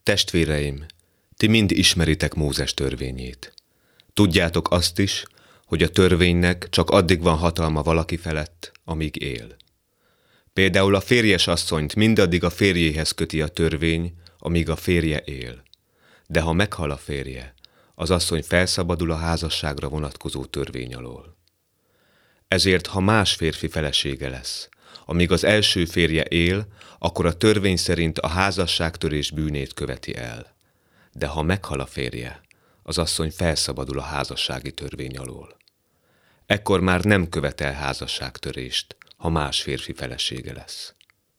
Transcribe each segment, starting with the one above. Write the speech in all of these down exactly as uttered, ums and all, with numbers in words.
Testvéreim, ti mind ismeritek Mózes törvényét. Tudjátok azt is, hogy a törvénynek csak addig van hatalma valaki felett, amíg él. Például a férjes asszonyt mindaddig a férjéhez köti a törvény, amíg a férje él. De ha meghal a férje, az asszony felszabadul a házasságra vonatkozó törvény alól. Ezért, ha más férfi felesége lesz, amíg az első férje él, akkor a törvény szerint a házasságtörés bűnét követi el. De ha meghal a férje, az asszony felszabadul a házassági törvény alól. Ekkor már nem követel házasságtörést, ha más férfi felesége lesz.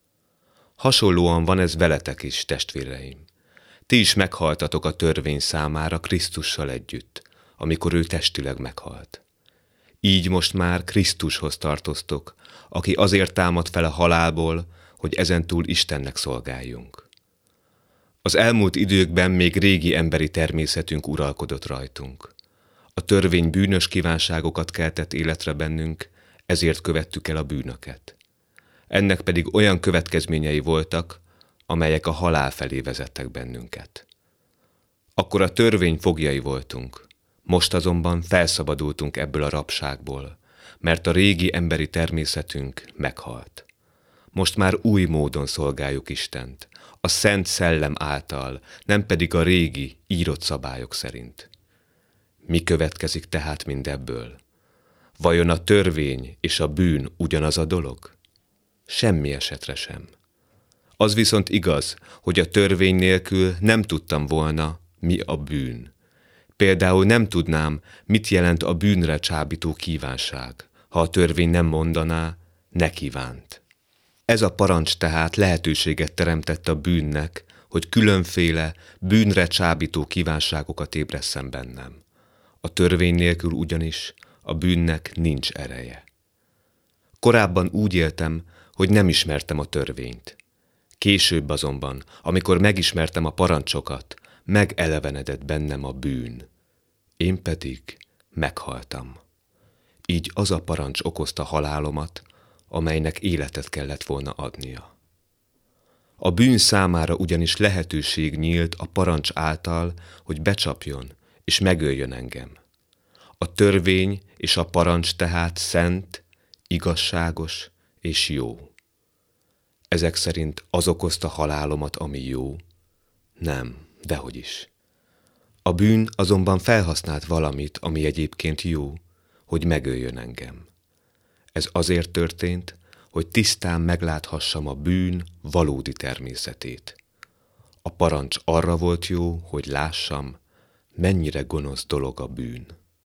Hasonlóan van ez veletek is, testvéreim. Ti is meghaltatok a törvény számára Krisztussal együtt, amikor ő testileg meghalt. Így most már Krisztushoz tartoztok, aki azért támad fel a halálból, hogy ezentúl Istennek szolgáljunk. Az elmúlt időkben még régi emberi természetünk uralkodott rajtunk. A törvény bűnös kívánságokat keltett életre bennünk, ezért követtük el a bűnöket. Ennek pedig olyan következményei voltak, amelyek a halál felé vezettek bennünket. Akkor a törvény foglyai voltunk, most azonban felszabadultunk ebből a rabságból, mert a régi emberi természetünk meghalt. Most már új módon szolgáljuk Istent, a Szent Szellem által, nem pedig a régi, írott szabályok szerint. Mi következik tehát mindebből? Vajon a törvény és a bűn ugyanaz a dolog? Semmi esetre sem. Az viszont igaz, hogy a törvény nélkül nem tudtam volna, mi a bűn. Például nem tudnám, mit jelent a bűnre csábító kívánság, ha a törvény nem mondaná, ne kívánt. Ez a parancs tehát lehetőséget teremtett a bűnnek, hogy különféle, bűnre csábító kívánságokat ébresszen bennem. A törvény nélkül ugyanis a bűnnek nincs ereje. Korábban úgy éltem, hogy nem ismertem a törvényt. Később azonban, amikor megismertem a parancsokat, megelevenedett bennem a bűn. Én pedig meghaltam. Így az a parancs okozta halálomat, amelynek életet kellett volna adnia. A bűn számára ugyanis lehetőség nyílt a parancs által, hogy becsapjon és megöljön engem. A törvény és a parancs tehát szent, igazságos és jó. Ezek szerint az okozta halálomat, ami jó? Nem, dehogy is. A bűn azonban felhasznált valamit, ami egyébként jó, hogy megöljön engem. Ez azért történt, hogy tisztán megláthassam a bűn valódi természetét. A parancs arra volt jó, hogy lássam, mennyire gonosz dolog a bűn.